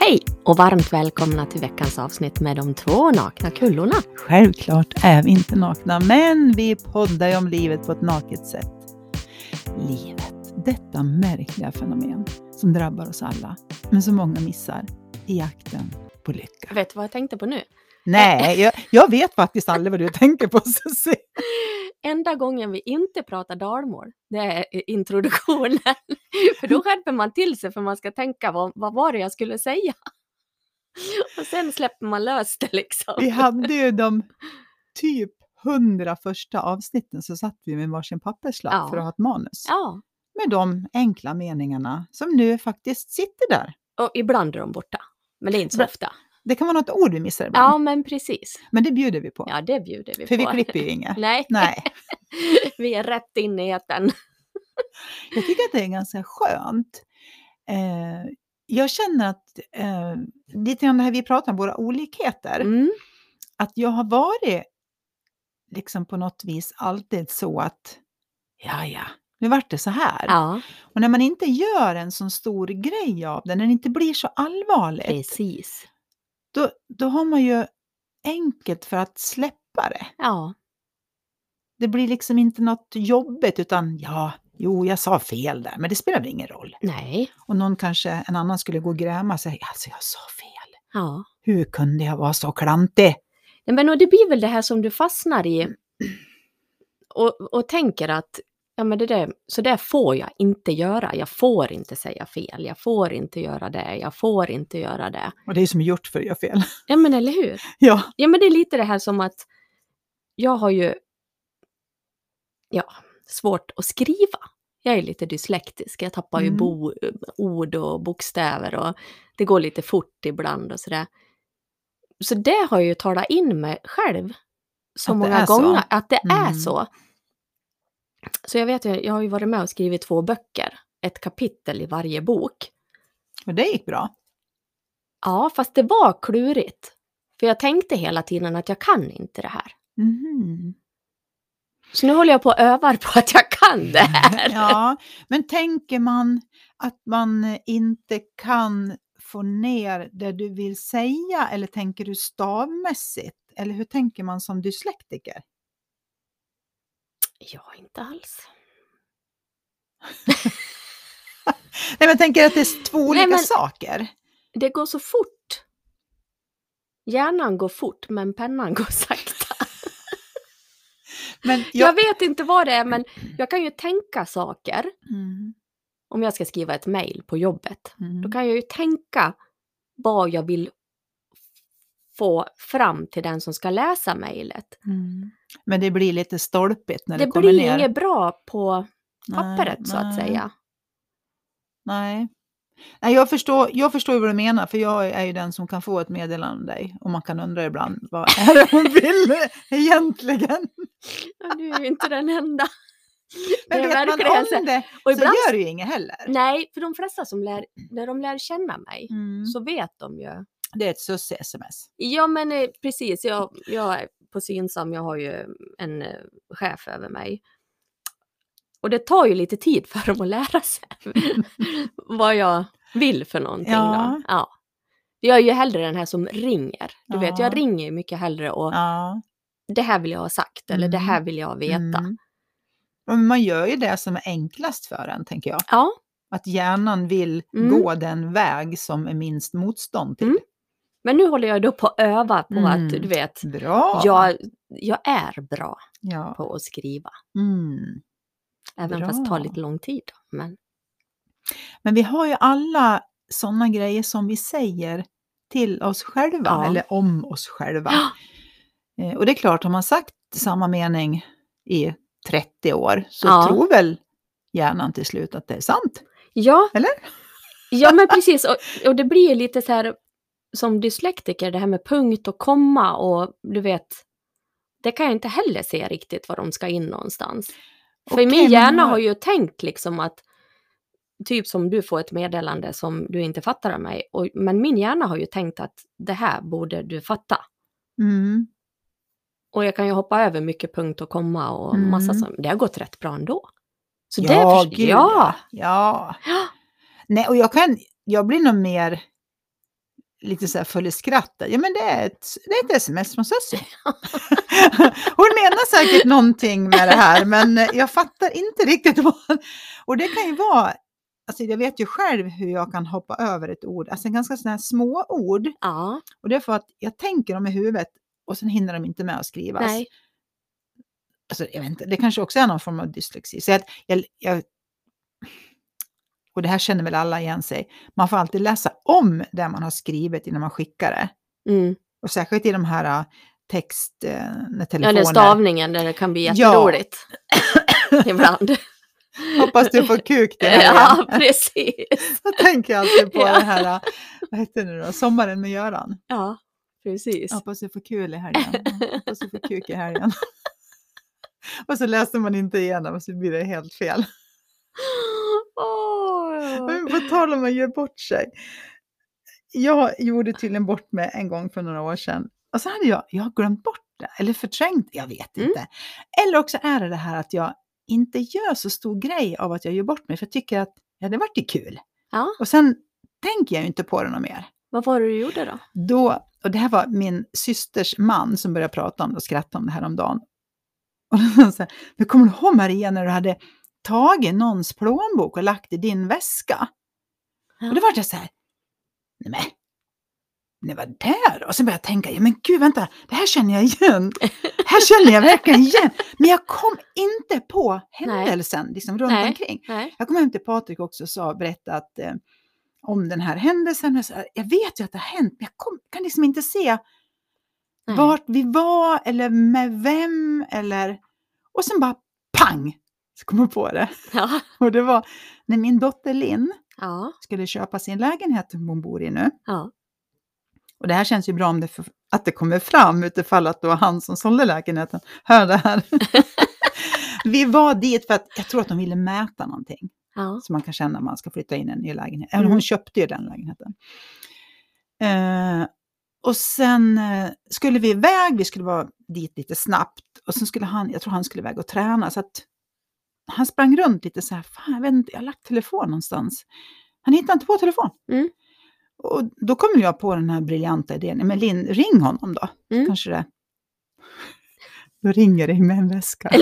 Hej och varmt välkomna till veckans avsnitt med de två nakna kullorna. Självklart är vi inte nakna, men vi poddar ju om livet på ett naket sätt. Livet, detta märkliga fenomen som drabbar oss alla, men så många missar i jakten på lycka. Vet du vad jag tänkte på nu? Nej, jag vet faktiskt aldrig vad du tänker på, Susie. Enda gången vi inte pratar dalmål, det är introduktionen. För då skärper man till sig för man ska tänka vad var det jag skulle säga. Och sen släpper man lös det liksom. Vi hade ju de typ 100 första avsnitten så satt vi med varsin papperslapp för att ha ett manus. Ja. Med de enkla meningarna som nu faktiskt sitter där. Och ibland är de borta, men det är inte så ofta. Det kan vara något ord vi missar ibland. Ja, men precis. Men det bjuder vi på. Ja, det bjuder vi för på. För vi klipper ju inget. Nej. Vi är rätt inne i etern. Jag tycker att det är ganska skönt. Jag känner att lite grann det här vi pratar om, våra olikheter. Mm. Att jag har varit liksom på något vis alltid så att nu vart det så här. Ja. Och när man inte gör en sån stor grej av det, när det inte blir så allvarligt. Precis. Då har man ju enkelt för att släppa det. Ja. Det blir liksom inte något jobbigt utan jag sa fel där, men det spelar ingen roll. Nej. Och en annan skulle gå och gräma sig, alltså jag sa fel. Ja. Hur kunde jag vara så klantig? Nej, men och det blir väl det här som du fastnar i och tänker att men så där får jag inte göra. Jag får inte säga fel. Jag får inte göra det. Jag får inte göra det. Och det är som gjort för att göra fel. Ja, men eller hur? Ja. Ja, men det är lite det här som att jag har ju svårt att skriva. Jag är lite dyslektisk. Jag tappar ju ord och bokstäver och det går lite fort ibland och sådär. Så det har jag ju talat in mig själv så många gånger att det är så. Så jag vet ju, jag har ju varit med och skrivit 2 böcker. Ett kapitel i varje bok. Och det gick bra. Ja, fast det var klurigt. För jag tänkte hela tiden att jag kan inte det här. Mm. Så nu håller jag på att öva på att jag kan det här. Ja, men tänker man att man inte kan få ner det du vill säga eller tänker du stavmässigt? Eller hur tänker man som dyslektiker? Ja, inte alls. Nej, men jag tänker att det är 2 olika saker. Det går så fort. Hjärnan går fort, men pennan går sakta. Men jag vet inte vad det är, men jag kan ju tänka saker. Mm. Om jag ska skriva ett mejl på jobbet. Då kan jag ju tänka vad jag vill få fram till den som ska läsa mejlet. Mm. Men det blir lite stolpigt när det kommer ner. Det blir inget bra på pappret så att säga. Nej, jag förstår ju vad du menar. För jag är ju den som kan få ett meddelande av dig. Och man kan undra ibland, vad är det hon vill egentligen? Ja, du är ju inte den enda. Men vet man om det och ibland, så gör det ju inget heller. Nej, för de flesta som när de lär känna mig så vet de ju. Det är ett Susie-sms. Ja, men precis. Jag är på Synsam, jag har ju en chef över mig. Och det tar ju lite tid för dem att lära sig vad jag vill för någonting. Ja. Då. Ja. Jag är ju hellre den här som ringer. Du vet, jag ringer ju mycket hellre och det här vill jag ha sagt eller det här vill jag veta. Men man gör ju det som är enklast för en, tänker jag. Ja. Att hjärnan vill gå den väg som är minst motstånd till. Men nu håller jag då på att öva på att, du vet, bra. Jag är bra på att skriva. Även fast det tar lite lång tid. Men vi har ju alla sådana grejer som vi säger till oss själva eller om oss själva. Och det är klart, har man sagt samma mening i 30 år så tror väl hjärnan till slut att det är sant? Ja. Eller? Ja, men precis. Och det blir ju lite så här som dyslektiker, det här med punkt och komma och du vet, det kan jag inte heller se riktigt var de ska in någonstans. För min hjärna har ju tänkt liksom att typ som du får ett meddelande som du inte fattar av mig. Men min hjärna har ju tänkt att det här borde du fatta. Och jag kan ju hoppa över mycket punkt och komma och massa sånt. Det har gått rätt bra ändå. Så ja. Nej, och jag blir nog mer lite så här full i skrattet. Ja, men det är ett sms från Sussie. Hon menar säkert någonting med det här, men jag fattar inte riktigt vad. Och det kan ju vara, alltså jag vet ju själv hur jag kan hoppa över ett ord, alltså ganska sådana här små ord. Ja. Och det är för att jag tänker dem i huvudet och sen hinner de inte med att skrivas. Nej. Alltså jag vet inte, det kanske också är någon form av dyslexi. Så jag och det här känner väl alla igen sig. Man får alltid läsa om det man har skrivit innan man skickar det. Mm. Och särskilt i de här text, när telefoner... Ja, den stavningen där det kan bli jätteroligt. Ibland. Hoppas du får kuk det här Ja, igen. precis. Jag tänker alltid på det här, vad heter det nu då? Sommaren med Göran. Ja, precis. Hoppas du får kul i helgen. Hoppas du får kuk i helgen. Och så läser man inte igenom och så blir det helt fel. Men på tal om att göra bort sig. Jag gjorde tydligen bort mig en gång för några år sedan. Och så hade jag glömt bort det. Eller förträngt, jag vet inte. Eller också är det här att jag inte gör så stor grej av att jag gör bort mig. För jag tycker att det vart ju kul. Ja. Och sen tänker jag inte på det något mer. Vad var det du gjorde då? Och det här var min systers man som började prata om det och skratta om det här om dagen. Och då sa jag, kommer du ihåg Maria när du hade tagit någons plånbok och lagt i din väska? Ja. Och då var det så här, nej, det var där. Och så började jag tänka, ja men gud vänta, det här känner jag igen. Här känner jag verkligen igen. Men jag kom inte på händelsen liksom runt omkring. Nej. Jag kom hem till Patrik också och berättat om den här händelsen. Jag vet ju att det har hänt, men jag kan liksom inte se vart vi var eller med vem. Och sen bara pang, så kom jag på det. Ja. Och det var när min dotter Linn skulle köpa sin lägenhet som hon bor i nu. Ja. Och det här känns ju bra om att det kommer fram utifall att det var han som sålde lägenheten. Hör det här. Vi var dit för att jag tror att de ville mäta någonting. Ja. Så man kan känna att man ska flytta in en ny lägenhet. Hon köpte ju den lägenheten. Och sen skulle vi iväg. Vi skulle vara dit lite snabbt. Och sen skulle jag tror han skulle iväg och träna. Så att han sprang runt lite så här. Fan, jag vet inte, jag har lagt telefon någonstans. Han hittade inte på telefon. Mm. Och då kommer jag på den här briljanta idén. Men Linn, ring honom då. Kanske det. Då ringer det med en väska.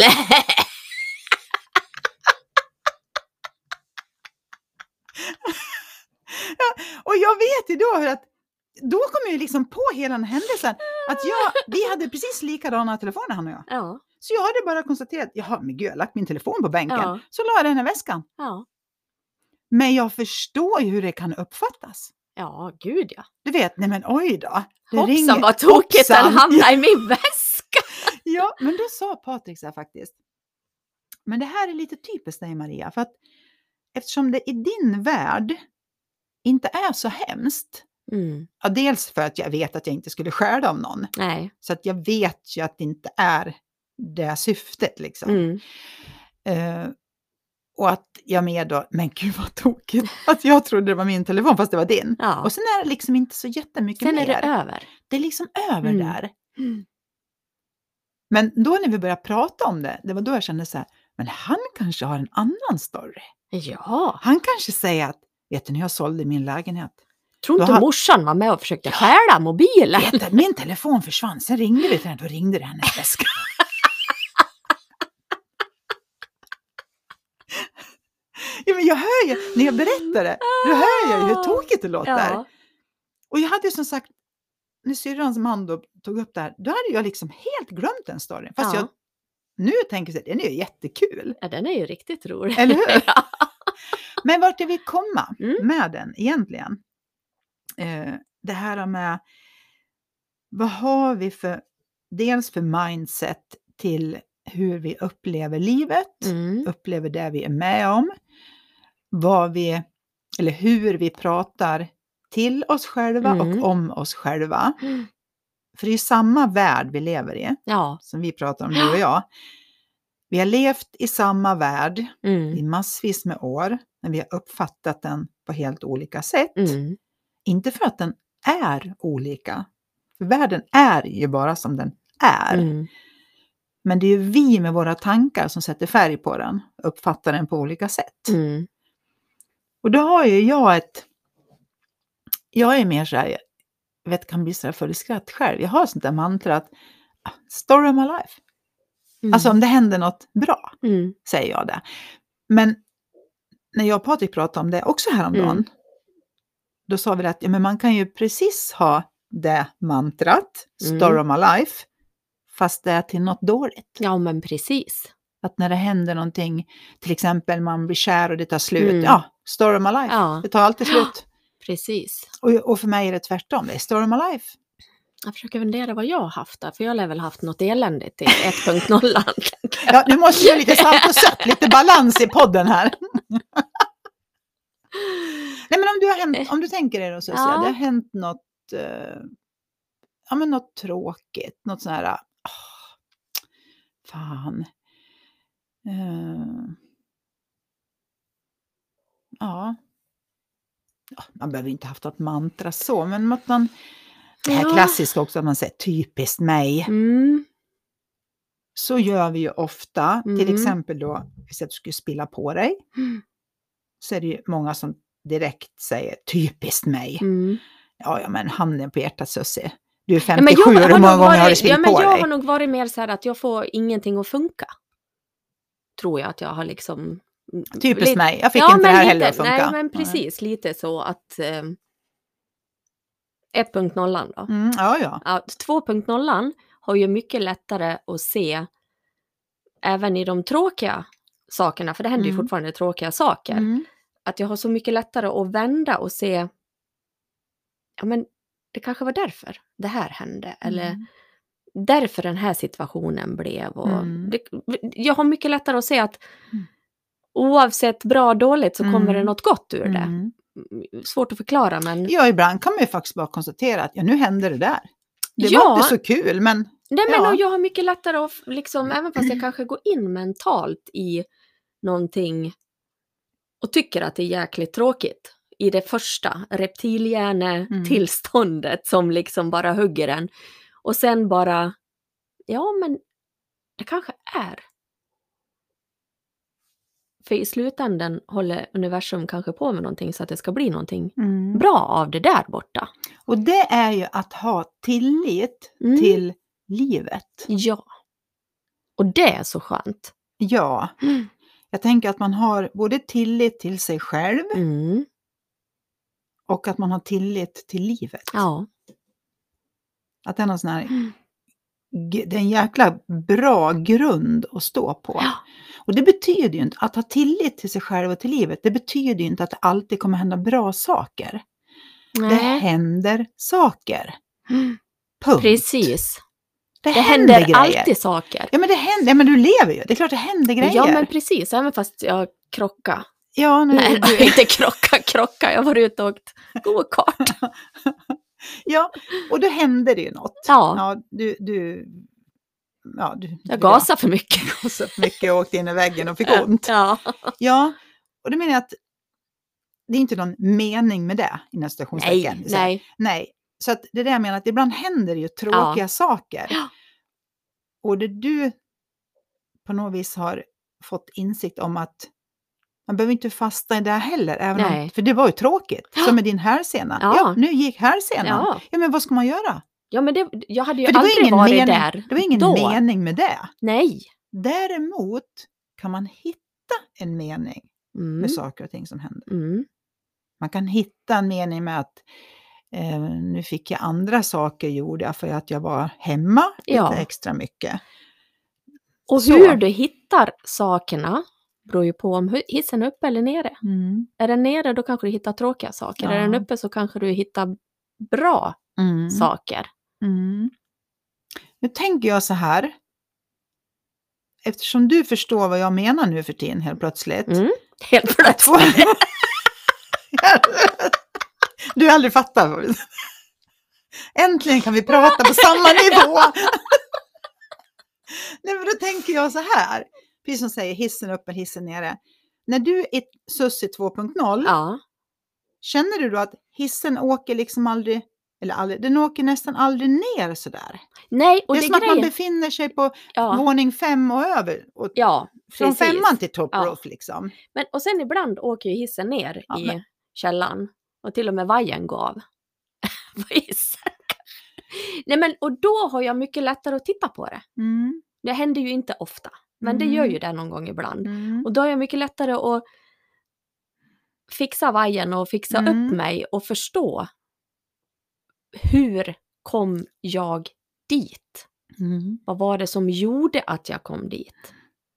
Ja, och jag vet ju då att då kom jag liksom på hela den händelsen. Att vi hade precis likadana telefoner han och jag. Ja. Så jag hade bara konstaterat, men gud, jag har lagt min telefon på bänken. Ja. Så la jag den i väskan. Ja. Men jag förstår ju hur det kan uppfattas. Ja, gud ja. Du vet, nej men oj då. Hoppsan, vad tokigt den hamnar i min väska. Ja, men då sa Patrik så här faktiskt. Men det här är lite typiskt dig Maria. För att eftersom det i din värld inte är så hemskt. Ja, dels för att jag vet att jag inte skulle skärda om någon. Nej. Så att jag vet ju att det inte är det syftet liksom. Och att jag med då, men gud vad tokigt. Att jag trodde det var min telefon fast det var din. Ja. Och sen är det liksom inte så jättemycket mer. Sen är det över. Det är liksom över där. Men då när vi började prata om det var då jag kände så här, men han kanske har en annan story. Ja. Han kanske säger att, vet du när jag sålde min lägenhet. Tror inte morsan var med och försökte stjäla mobilen. Vet du, min telefon försvann, sen ringde vi till henne, då ringde det hennes väska. Ja, men jag hör ju, när jag berättar det, då hör jag ju hur tokigt det låter. Ja. Och jag hade ju som sagt, när syrran som han då tog upp det här, då hade jag liksom helt glömt den storyn. Fast jag nu tänker jag, den är ju jättekul. Ja, den är ju riktigt rolig. Eller hur? Ja. Men vart är vi komma med den egentligen? Det här med, vad har vi för, dels för mindset till hur vi upplever livet, upplever det vi är med om, hur vi pratar till oss själva och om oss själva. För det är ju samma värld vi lever i, som vi pratar om nu och jag. Vi har levt i samma värld i massvis med år, men vi har uppfattat den på helt olika sätt. Inte för att den är olika, för världen är ju bara som den är. Men det är ju vi med våra tankar som sätter färg på den, uppfattar den på olika sätt. Och då har ju jag är mer så här, kan bli så här full i skratt själv. Jag har sånt där mantra att story of my life. Alltså om det händer något bra, säger jag det. Men när jag och Patrik pratade om det också häromdagen, då sa vi att men man kan ju precis ha det mantrat, story of my life, fast det är till något dåligt. Ja, men precis. Att när det händer någonting, till exempel man blir kär och det tar slut, story of my life, det tar alltid slut. Precis. Och för mig är det tvärtom, det är story of my life. Jag försöker fundera vad jag har haft där, för jag har väl haft något eländigt i 1.0. Ja, nu måste jag lite salt och sött, lite balans i podden här. Nej, men om du tänker dig då, så det har hänt något, men något tråkigt, något sån här, fan. Man behöver inte haft något mantra så, men att man, det här klassiska också, att man säger typiskt mig. Så gör vi ju ofta, till exempel då, hvis att du skulle spilla på dig, så är det ju många som direkt säger typiskt mig. Ja, men handen på hjärtat, Sussie. Du är 57 och hur många gånger har du spillt på dig? Jag har nog varit mer så här att jag får ingenting att funka. Tror jag att jag har liksom... Typiskt mig, jag fick inte det här heller att funka. Nej, men precis, lite så att 1.0 då. 2.0 har ju mycket lättare att se även i de tråkiga sakerna, för det händer ju fortfarande tråkiga saker. Att jag har så mycket lättare att vända och se, ja men det kanske var därför det här hände, eller därför den här situationen blev. Och jag har mycket lättare att se att oavsett bra och dåligt så kommer det något gott ur det. Svårt att förklara, men... Ja, ibland kan man ju faktiskt bara konstatera att nu hände det där. Det var inte så kul, men... Nej, men jag har mycket lättare att liksom, även fast jag kanske går in mentalt i någonting och tycker att det är jäkligt tråkigt, i det första reptilhjärne-tillståndet som liksom bara hugger en. Och sen bara, ja men det kanske är. För i slutändan håller universum kanske på med någonting så att det ska bli någonting bra av det där borta. Och det är ju att ha tillit till livet. Ja. Och det är så skönt. Ja. Jag tänker att man har både tillit till sig själv och att man har tillit till livet. Ja. Att det är någon sån här... Det är en jäkla bra grund att stå på. Ja. Och det betyder ju inte att ha tillit till sig själv och till livet. Det betyder ju inte att det alltid kommer hända bra saker. Nej. Det händer saker. Punkt. Precis. Det händer grejer. Alltid saker. Ja, men det händer. Ja, men du lever ju. Det är klart det händer grejer. Ja, men precis. Även fast jag krockar. Ja, nej, inte krocka. Jag var ute och åkt go-kart. Ja, och då händer det ju något. Ja. Jag gasade för mycket. Gasade för mycket och åkte in i väggen och fick ont. Ja, och det menar jag att det är inte någon mening med det i nästa stationstecken. Nej. Så att det är det jag menar, att ibland händer ju tråkiga saker. Ja. Och det du på något vis har fått insikt om att man behöver inte fasta i det heller. Även om, för det var ju tråkigt. Som med din härsena. Ja, nu gick härsenan. Ja, men vad ska man göra? Ja, men jag hade ju aldrig varit där. Det var ingen mening med det. Nej. Däremot kan man hitta en mening med saker och ting som händer. Man kan hitta en mening med att nu fick jag andra saker gjorda för att jag var hemma lite extra mycket. Och hur du hittar sakerna beror ju på om hissen är uppe eller nere. Är den nere, då kanske du hittar tråkiga saker. Är den uppe, så kanske du hittar bra saker. Nu tänker jag så här. Eftersom du förstår vad jag menar nu för tiden helt plötsligt. Helt plötsligt. Du har aldrig fattat. Äntligen kan vi prata på samma nivå. Nej, men då tänker jag så här. Precis som säger, hissen uppe, hissen nere. När du är Sussie 2.0. Känner du då att hissen åker liksom aldrig, eller aldrig, den åker nästan aldrig ner sådär? Nej, och det är som att man befinner sig på våning 5 och över. Och från 5:an till top roof liksom. Men, och sen ibland åker ju hissen ner i källan. Och till och med vajern går av. På hissen. Nej, men och då har jag mycket lättare att titta på det. Mm. Det händer ju inte ofta, men det gör ju det någon gång ibland. Mm. Och då har jag mycket lättare att fixa vajen och fixa upp mig och förstå hur kom jag dit? Vad var det som gjorde att jag kom dit?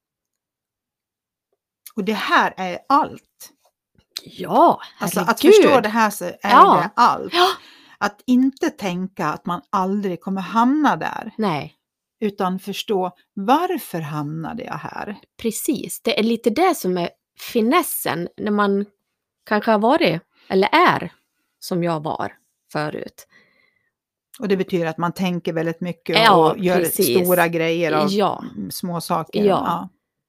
Och det här är allt. Ja, alltså herregud. Att förstå det här så är det allt. Ja. Att inte tänka att man aldrig kommer hamna där. Nej. Utan förstå, varför hamnade jag här? Precis, det är lite det som är finessen när man kanske har varit, eller är, som jag var förut. Och det betyder att man tänker väldigt mycket Ja, och gör precis. stora grejer av Ja. små saker. Ja.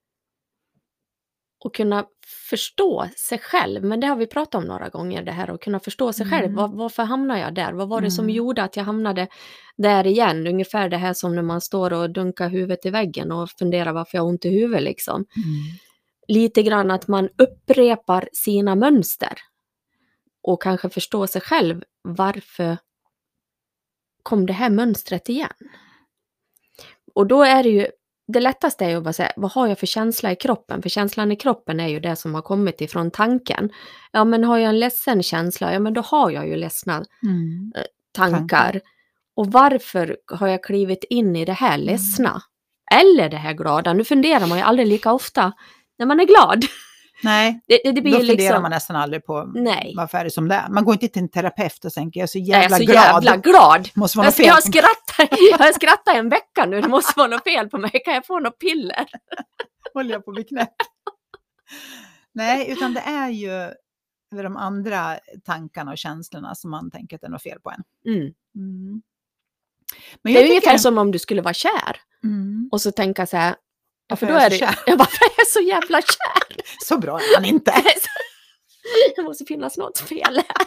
Och kunna förstå sig själv, men det har vi pratat om några gånger, det här att kunna förstå sig själv. Varför hamnade jag där? Vad var det som gjorde att jag hamnade där igen? Ungefär det här som när man står och dunkar huvudet i väggen och funderar varför jag har ont i huvudet liksom. Lite grann att man upprepar sina mönster och kanske förstår sig själv. Varför kom det här mönstret igen? Och då är det ju, det lättaste är ju att bara säga, vad har jag för känsla i kroppen? För känslan i kroppen är ju det som har kommit ifrån tanken. Ja, men har jag en ledsen känsla? Ja, men då har jag ju ledsna tankar. Och varför har jag klivit in i det här ledsna? Eller det här glada? Nu funderar man ju aldrig lika ofta när man är glad. Nej, det blir då ju funderar liksom, man nästan aldrig på nej. varför är det som det är. Man går inte till en terapeut och tänker, jag är så Jag är jävla så glad. jävla glad. Måste vara något fel. Jag har skrattat en vecka nu, det måste vara något fel på mig. Kan jag få något piller? Håller jag på att bli knäpp. Nej, utan det är ju de andra tankarna och känslorna som man tänker att det är något fel på en. Men det är ungefär som om du skulle vara kär. Och så tänka så här, varför då är det, varför är jag så jävla kär? Så bra är han inte. Det måste finnas något fel här.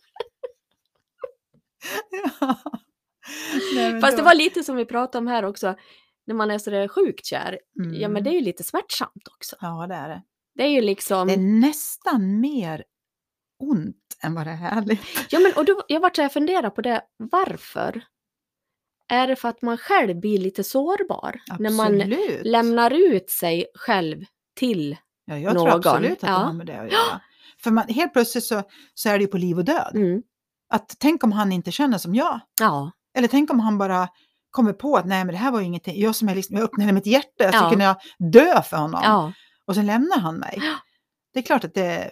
Ja. Nej, Fast det var lite som vi pratade om här också. När man är så där sjukt kär. Ja, men det är ju lite smärtsamt också. Ja, det är det. Det är ju liksom... Det är nästan mer ont än vad det är härligt. Ja, men och då, jag var så här funderar på det. Varför? Är det för att man själv blir lite sårbar? Absolut. När man lämnar ut sig själv till jag någon. Tror absolut att det har med det att göra. För man, helt plötsligt så är det ju på liv och död. Att tänk om han inte känner som jag. Ja. Eller tänk om han bara kommer på att nej, men det här var ju ingenting. Jag som är liksom, jag öppnade mitt hjärta så kunde jag dö för honom. Ja. Och sen lämnar han mig. Det är klart att det...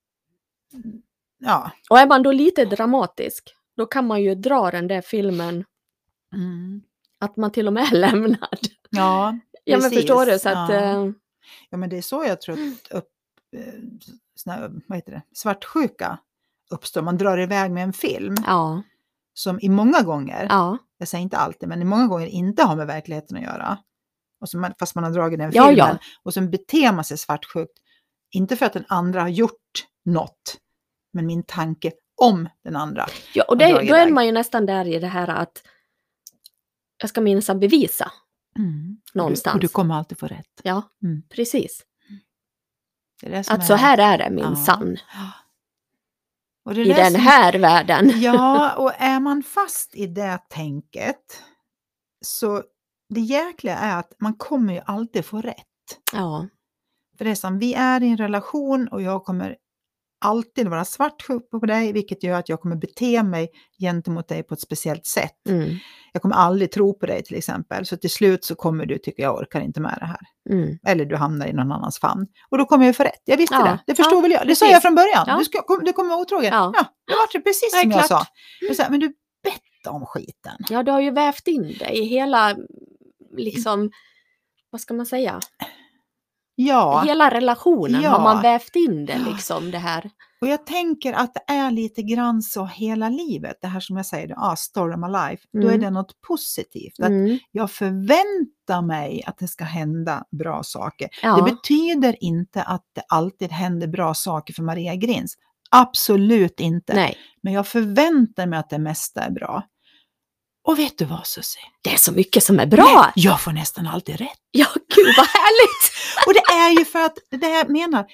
Ja. Och är man då lite dramatisk, då kan man ju dra den där filmen att man till och med är lämnad. Ja, ja, men förstår du? Så att, ja, men det är så jag tror att vad heter det? Svartsjuka uppstår. Man drar iväg med en film som i många gånger, jag säger inte alltid, men i många gånger inte har med verkligheten att göra. Och så fast man har dragit den filmen och så beter man sig svartsjukt. Inte för att den andra har gjort något, men min tanke om den andra. Ja, och då är man ju nästan där i det här att jag ska minsann bevisa någonstans. Och du kommer alltid få rätt. Ja, precis. Det är det som att så här är det minsann. Och det är I den här världen. Ja, och är man fast i det tänket så det jäkliga är att man kommer ju alltid få rätt. Ja. För det är som, vi är i en relation och jag kommer alltid vara svartsjuk på dig, vilket gör att jag kommer bete mig gentemot dig på ett speciellt sätt. Jag kommer aldrig tro på dig till exempel. Så till slut så kommer du tycka jag orkar inte med det här. Eller du hamnar i någon annans famn. Och då kommer jag få rätt. Jag visste det. Det förstår väl jag. Det sa jag från början. Ja. Du kommer vara otrogen. Ja, det var det precis som jag sa. Men du bett om skiten. Ja, du har ju vävt in det i hela, liksom, vad ska man säga? Ja. Hela relationen har man vävt in det liksom det här. Och jag tänker att det är lite grann så hela livet. Det här som jag säger, story of my life. Då är det något positivt. Att jag förväntar mig att det ska hända bra saker. Ja. Det betyder inte att det alltid händer bra saker för Maria Grins. Absolut inte. Nej. Men jag förväntar mig att det mesta är bra. Och vet du vad, Susie? Det är så mycket som är bra. Nej, jag får nästan alltid rätt. Ja, gud vad härligt. Och det är ju för att, det jag menar,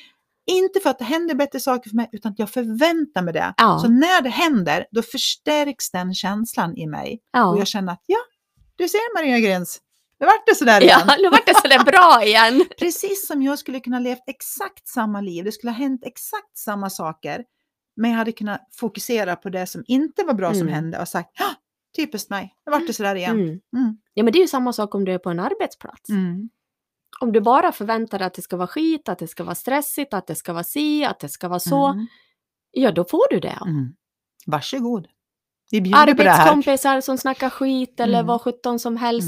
Inte för att det händer bättre saker för mig, utan att jag förväntar mig det. Ja. Så när det händer, då förstärks den känslan i mig. Ja. Och jag känner att, ja, du ser Maria Grens, nu vart det sådär igen. Ja, nu vart det sådär bra igen. Precis som jag skulle kunna levt exakt samma liv, det skulle ha hänt exakt samma saker. Men jag hade kunnat fokusera på det som inte var bra som hände och sagt, ja, typiskt mig, nu vart det sådär igen. Ja, men det är ju samma sak om du är på en arbetsplats. Om du bara förväntar dig att det ska vara skit, att det ska vara stressigt, att det ska vara si, att det ska vara så. Ja, då får du det. Varsågod. Vi bjuder på det här. Arbetskompisar som snackar skit eller vad 17 som helst.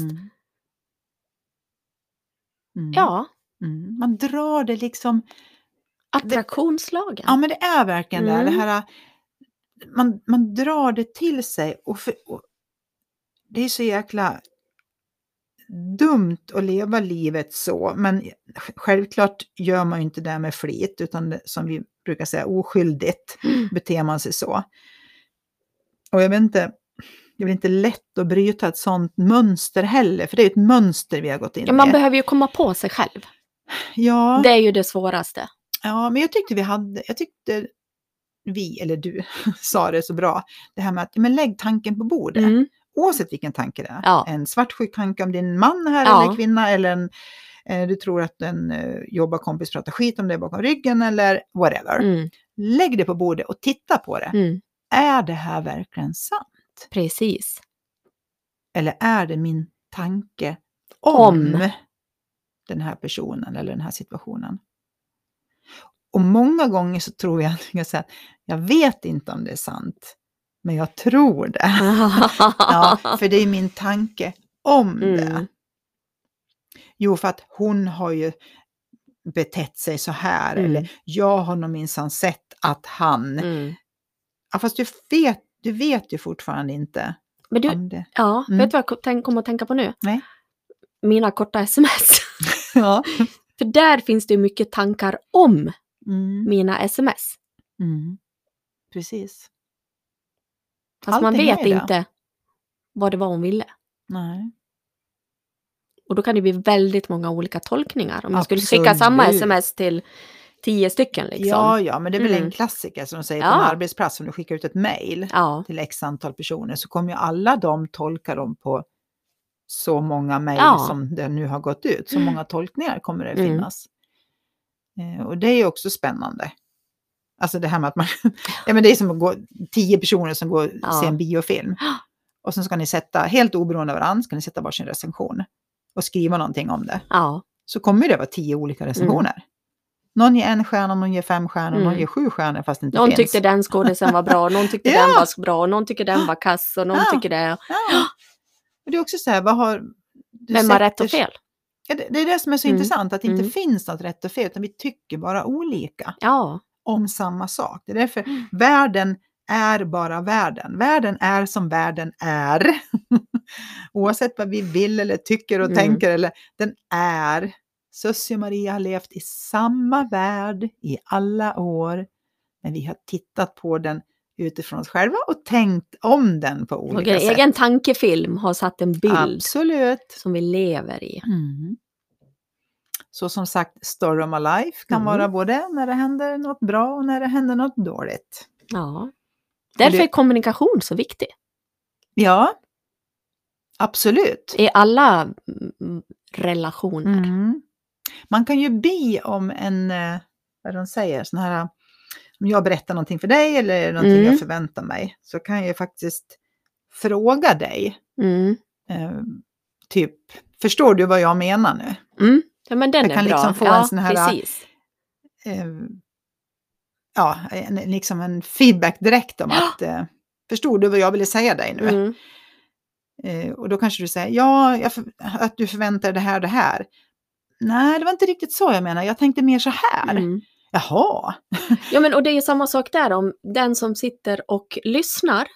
Ja. Man drar det liksom. Attraktionslagen. Ja, men det är verkligen det här. Man drar det till sig och det är så jäkla dumt att leva livet så, men självklart gör man ju inte det med flit, utan det, som vi brukar säga, oskyldigt beter man sig så. Och jag vet inte, det är inte lätt att bryta ett sånt mönster heller, för det är ett mönster vi har gått in i. Man behöver ju komma på sig själv. Ja. Det är ju det svåraste. Ja, men jag tyckte vi, eller du, sa det så bra. Det här med att lägg tanken på bordet. Oavsett vilken tanke det är. Ja. En svartsjuk tanke om din man här eller kvinna. Eller du tror att en jobbarkompis pratar skit om dig bakom ryggen. Eller whatever. Lägg det på bordet och titta på det. Är det här verkligen sant? Precis. Eller är det min tanke om den här personen eller den här situationen? Och många gånger så tror jag att jag vet inte om det är sant. Men jag tror det. Ja, för det är min tanke om det. Jo, för att hon har ju betett sig så här. Eller jag har nog minsann sett att han. Ja, fast du vet ju fortfarande inte. Men du, om det. Vet du vad jag kommer att tänka på nu? Nej. Mina korta sms. Ja. För där finns det mycket tankar om mina sms. Precis. Fast man vet inte vad det var hon ville. Nej. Och då kan det bli väldigt många olika tolkningar. Om man skulle skicka samma sms till 10 stycken liksom. Ja, men det är väl en klassiker som de säger på en arbetsplats. Om du skickar ut ett mejl till x antal personer, så kommer ju alla de tolka dem på så många mejl som det nu har gått ut. Så många tolkningar kommer det finnas. Och det är ju också spännande. Alltså det här med att man, men det är som att gå 10 personer som går och ser en biofilm. Och sen ska ni sätta, helt oberoende av varandra, ska ni sätta varsin recension. Och skriva någonting om det. Ja. Så kommer det vara 10 olika recensioner. Någon ger 1 stjärna, någon ger 5 stjärnor, någon ger 7 stjärnor fast det inte någon finns. Någon tyckte den skådisen var bra, någon tyckte den var bra, någon tyckte den var kass och någon tycker det. Ja. Och det är också så här, vad har du vem har rätt och fel? Ja, det är det som är så intressant, att det inte finns något rätt och fel, utan vi tycker bara olika om samma sak. Det är därför världen är bara världen. Världen är som världen är. Oavsett vad vi vill eller tycker och tänker, eller den är. Sussie och Maria har levt i samma värld i alla år. Men vi har tittat på den utifrån oss själva och tänkt om den på olika sätt. Egen tankefilm har satt en bild. Absolut. Som vi lever i. Så som sagt, story of my life kan vara både när det händer något bra och när det händer något dåligt. Ja. Därför är kommunikation så viktig. Ja, absolut. I alla relationer. Man kan ju be om en, vad de säger, sån här, om jag berättar någonting för dig eller någonting jag förväntar mig, så kan jag faktiskt fråga dig. Typ, förstår du vad jag menar nu? Ja, men den jag kan är bra. Liksom få en sån här, liksom en feedback direkt om att förstår du vad jag ville säga dig nu? Och då kanske du säger, att du förväntar det här och det här. Nej, det var inte riktigt så jag menar. Jag tänkte mer så här. Jaha. Ja, men och det är samma sak där, om den som sitter och lyssnar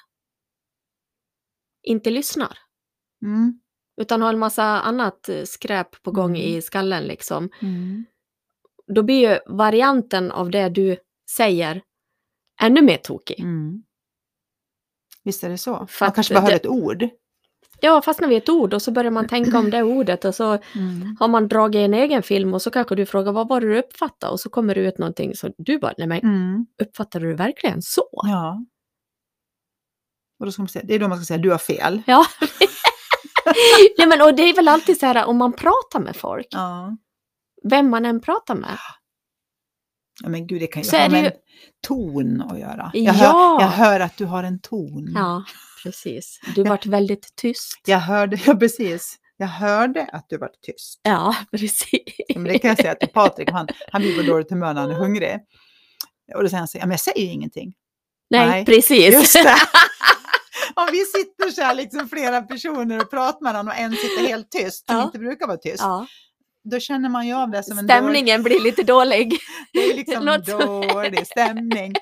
inte lyssnar. Utan har en massa annat skräp på gång i skallen liksom. Då blir ju varianten av det du säger ännu mer tokig. Visst är det så. Man kanske behöver ett ord. Ja, fastnar vi ett ord och så börjar man tänka om det ordet och så har man dragit en egen film och så kanske du frågar vad var det du uppfattade och så kommer det ut någonting så du bara, nej men uppfattar du verkligen så? Ja. Och då ska man säga, det är då man ska säga, du har fel. Ja. Nej, men och det är väl alltid så här om man pratar med folk. Ja. Vem man än pratar med. Ja men gud, det kan ju Så ha är det med ju- en ton att göra. Ja. Jag hör att du har en ton. Ja, precis. Du vart väldigt tyst. Jag hörde att du var tyst. Ja, precis. Men det kan jag säga till Patrik, han blir på dåligt humör när han är hungrig. Och då säger han så, ja, men jag säger ju ingenting. Nej, precis. Just det. Om vi sitter så här liksom flera personer och pratar med varandra och en sitter helt tyst, som inte brukar vara tyst. Ja. Då känner man ju av det som en Stämningen blir lite dålig. Det är liksom Något- dålig stämning.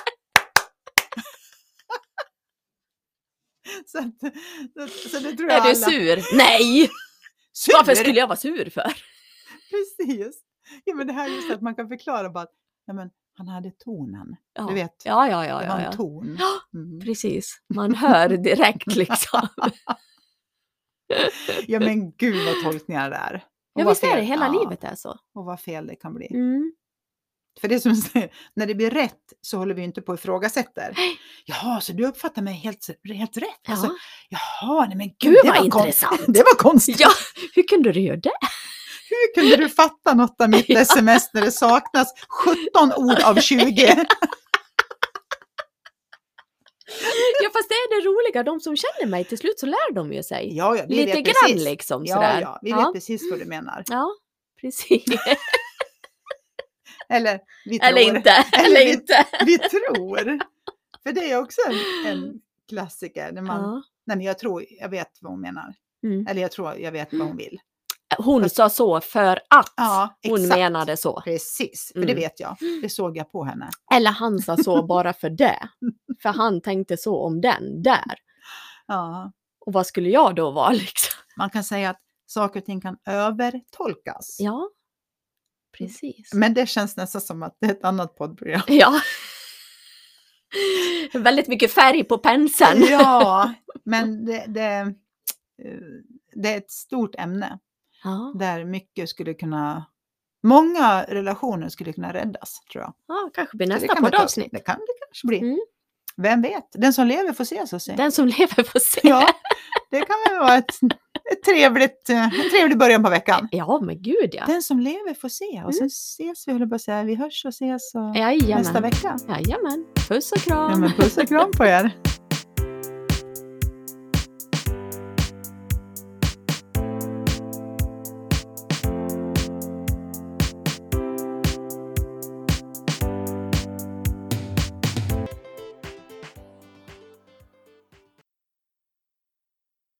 så det tror jag Är du alla. sur? Nej! Sur? Varför skulle jag vara sur för? Precis. Ja, men det här är just att man kan förklara bara att ja, men han hade tonen. Ja. Du vet, Ja, det var ja. en ton. Mm. Precis. Man hör direkt liksom. Ja men gud vad tolkningar det är. Och Ja, vad visst är det. fel- Hela ja, livet är så. Och vad fel det kan bli. Mm. För det är som du säger, när det blir rätt så håller vi inte på och ifrågasätter. Jaha, så du uppfattar mig helt rätt? Ja. Alltså, jaha, nej men gud, Gud, det vad var intressant. konstigt. Det var konstigt. Ja, hur kunde du göra det? Hur kunde du fatta något av mitt sms när det saknas 17 ord av 20? Ja, fast det är det roliga. De som känner mig till slut så lär de ju sig. Ja, vi Lite vet grann precis. liksom Ja, sådär. ja, vi vet precis vad du menar. Ja, precis. Eller vi tror. Eller inte. Eller inte. Vi tror. För det är också en klassiker. När man, Ja. nej, men jag vet vad hon menar. Mm. Eller jag vet vad hon vill. Hon sa så för att Ja, hon exakt. menade så. Precis, för det Mm. vet jag. Det såg jag på henne. Eller han sa så bara för det. För han tänkte så om den där. Ja. Och vad skulle jag då vara liksom? Man kan säga att saker och ting kan övertolkas. Ja, precis. Men det känns nästan som att det är ett annat poddprogram. Ja. Väldigt mycket färg på penseln. Ja, men det är ett stort ämne. Ja. Där mycket skulle kunna, många relationer skulle kunna räddas, tror jag. Ja, kanske blir Så nästa det kan vi ta- poddavsnitt. Det kan det kanske bli. Mm. Vem vet? Den som lever får se, så att säga. Den som lever får se. Ja, det kan väl vara en trevlig början på veckan. Ja, men gud ja. Den som lever får se. Och sen ses vi, håller på att säga. Vi hörs och ses och Jajamän. nästa vecka. Jajamän. Puss och kram. Ja, men puss och kram på er.